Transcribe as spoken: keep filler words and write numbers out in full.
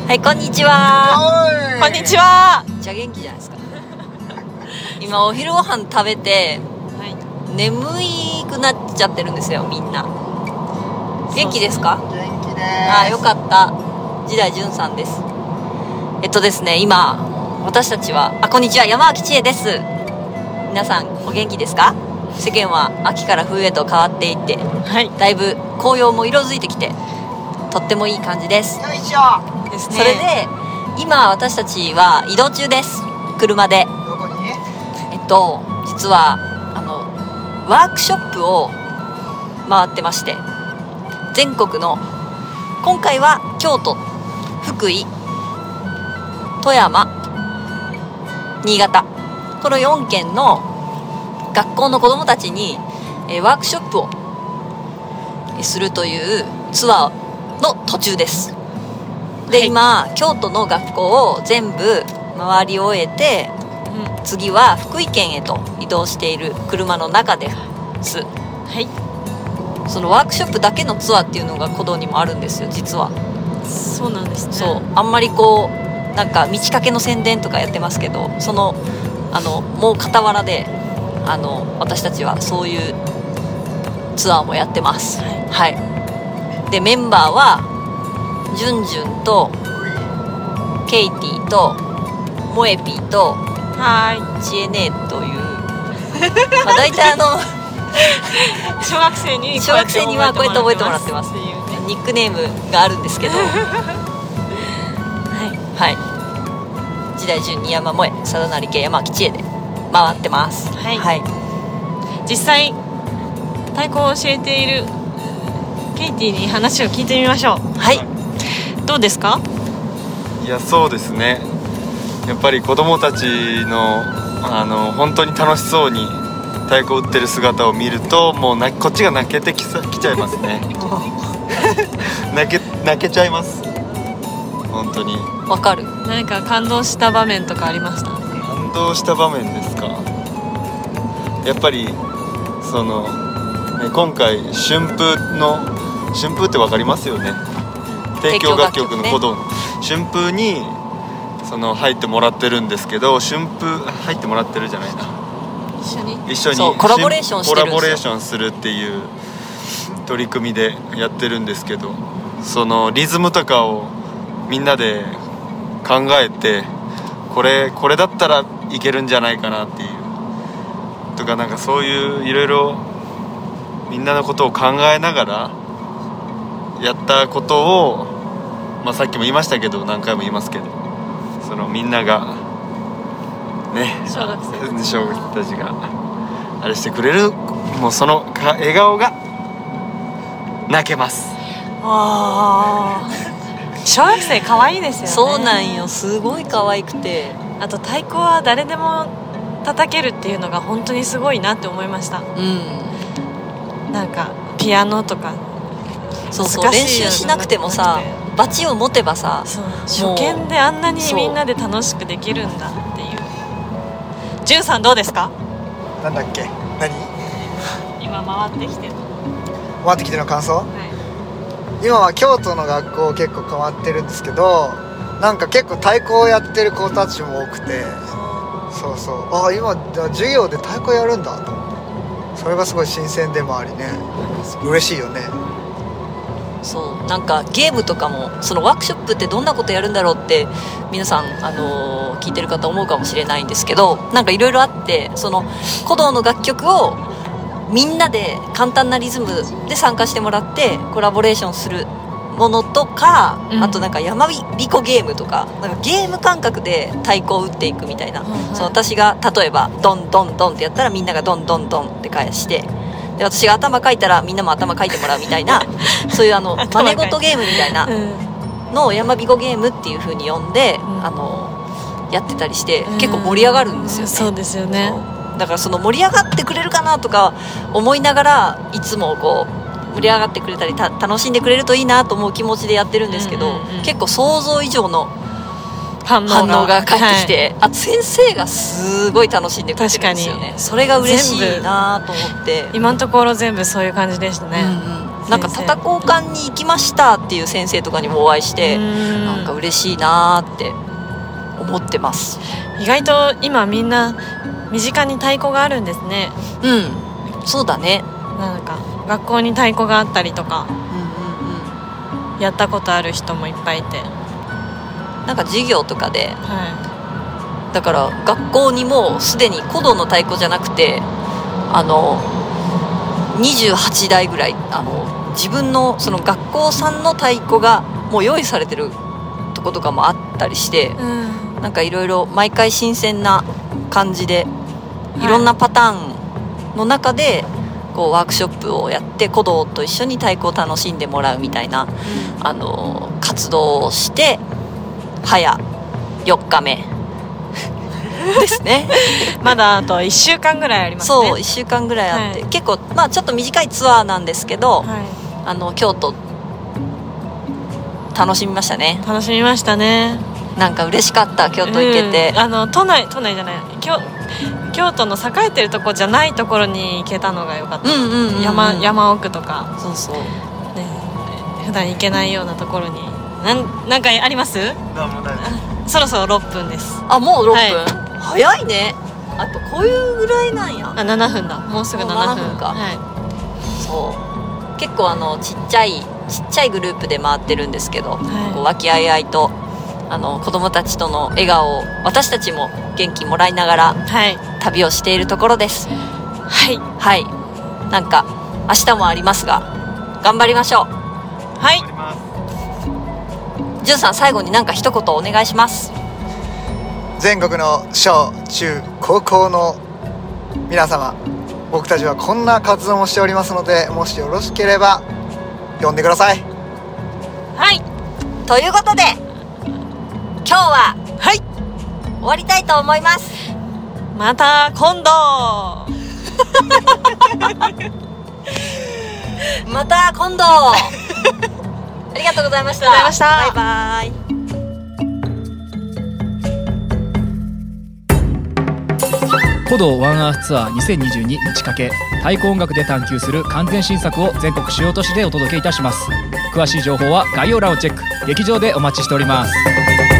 はい、こんにちは。 こんにちは。 めっちゃ元気じゃないですか。今お昼ご飯食べて、はい、眠いくなっちゃってるんですよ、みんな。元気ですか？ 元気です。 ああ、よかった。時代淳さんです。えっとですね、今私たちは、あ、こんにちは、山脇千恵です。皆さんお元気ですか？世間は秋から冬へと変わっていって、はい、だいぶ紅葉も色づいてきて、とってもいい感じです。 よいしょですね。 それで今私たちは移動中です。車で。 どこに？ えっと実はあのワークショップを回ってまして、全国の今回は京都、福井、富山、新潟、このよんけんの学校の子どもたちにえワークショップをするというツアーの途中です。で、はい、今京都の学校を全部回り終えて、うん、次は福井県へと移動している車の中です。はい。そのワークショップだけのツアーっていうのが鼓動にもあるんですよ、実は。 そうなんですね。 そう、あんまりこうなんか道かけの宣伝とかやってますけど、そのあのもう傍らであの私たちはそういうツアーもやってます。はい、はい。でメンバーはジュンジュンとケイティとモエピーとはいチエネーというまあ大体あの小学生に小学生にはこうやって覚えてもらってますっていうね、ニックネームがあるんですけどはいはい時代順、新山萌え、貞成系、山脇千恵で回ってます。 はい、はい、実際太鼓を教えているケイティに話を聞いてみましょう。 はい、 どうですか？ いや、そうですね、やっぱり子どもたちのあの本当に楽しそうに太鼓を打ってる姿を見ると、もうなこっちが泣けてきさきちゃいますね泣け泣けちゃいます、本当に。 わかる。 何か感動した場面とかありました？ 感動した場面ですか？やっぱりその、ね、今回春風の春風ってわかりますよね、帝京楽曲の鼓動の春風にその入ってもらってるんですけど、春風入ってもらってるじゃないな、 一緒に一緒にコラボレーションしてるんですよ。 コラボレーションするっていう取り組みでやってるんですけど、そのリズムとかをみんなで考えて、これこれだったらいけるんじゃないかなっていうとか、なんかそういういろいろみんなのことを考えながらやったことを、まあ、さっきも言いましたけど何回も言いますけど、そのみんながね、 小学生小学生たちがあれしてくれる、もうその笑顔が泣けます。 あ小学生可愛いですよね。 そうなんよ、すごい可愛くて、 あと太鼓は誰でも叩けるっていうのが本当にすごいなって思いました。 うん、 なんかピアノとかそうそう、練習しなくてもさ、バチを持てばさ、 初見であんなにみんなで楽しくできるんだっていう。ジュンさんどうですか？ なんだっけ、何今回ってきてる回ってきてるの感想、はい、今は京都の学校結構変わってるんですけど、なんか結構太鼓をやってる子たちも多くて、そうそう、あ、今授業で太鼓やるんだと思って、それがすごい新鮮でもありね、嬉しいよね。 そう、なんかゲームとかも、そのワークショップってどんなことやるんだろうって皆さん、あのー、聞いてる方思うかもしれないんですけど、なんかいろいろあって、その鼓動の楽曲をみんなで簡単なリズムで参加してもらってコラボレーションするものとか、うん、あとなんか山びこゲームとか、なんかゲーム感覚で太鼓を打っていくみたいな、うん、はい、その私が例えばドンドンドンってやったらみんながドンドンドンって返して、で私が頭書いたらみんなも頭書いてもらうみたいなそういうあの真似事ゲームみたいなのを山びこゲームっていう風に呼んで、うん、あのやってたりして、うん、結構盛り上がるんですよね。 そうですよね。 だからその盛り上がってくれるかなとか思いながら、いつもこう盛り上がってくれたりた楽しんでくれるといいなと思う気持ちでやってるんですけど、うんうんうん、結構想像以上の反応 が, 反応が返ってきて、はい、あ、先生がすごい楽しんでくれてるんですよね。それが嬉しいなと思って、 今のところ全部そういう感じでしたね、 うんうん、 なんか叩こう館に行きましたっていう先生とかにもお会いしてなんか嬉しいなって思ってます。 意外と今みんな身近に太鼓があるんですね。 うんそうだね。 なんか学校に太鼓があったりとか、 うんうんうん、 やったことある人もいっぱいいて、 なんか授業とかで、 はだから学校にもうすでに古道の太鼓じゃなくてあのにじゅうはちだいぐらいあの自分のその学校さんの太鼓がもう用意されてるとことかもあったりして、 い、うん、 なんかいろいろ毎回新鮮な感じでいろんなパターンの中でこうワークショップをやって古道と一緒に太鼓を楽しんでもらうみたいな、うん、あの活動をして早よっかめですねまだあといっしゅうかんぐらいありますね。 そういっしゅうかんぐらいあって、 はい、 結構まあちょっと短いツアーなんですけど、 はい、 あの京都楽しみましたね。 楽しみましたね。 なんか嬉しかった京都行けて、 うん、あの都内都内じゃない京京都の栄えてるとこじゃないところに行けたのが良かった、 うんうんうんうん、 山, 山奥とかそうそう、ね、 普段行けないようなところになんなんかあります？ なんもないです。 そろそろろっぷんです。 あもうろっぷん、 はい、 早いね。あとこういうぐらいなんや。 あななふんだ。もうすぐななふん。 ななふんか、 はい、 そう結構あのちっちゃいちっちゃいグループで回ってるんですけど、はい、こう和気あいあいとあの子供たちとの笑顔を私たちも元気もらいながら、はい、旅をしているところです。 はいはいなんか明日もありますが頑張りましょう。 はいじゅんさん最後に何か一言お願いします。 全国の小中高校の皆様、僕たちはこんな活動もしておりますので、もしよろしければ呼んでください。 はいということで今日ははい終わりたいと思います。 また今度また今度ありがとうございました。 ありがとうございました。 バイバイ。 古道ワンアースツアーにせんにじゅうに打ち掛け太鼓音楽で探求する完全新作を全国主要都市でお届けいたします。詳しい情報は概要欄をチェック。劇場でお待ちしております。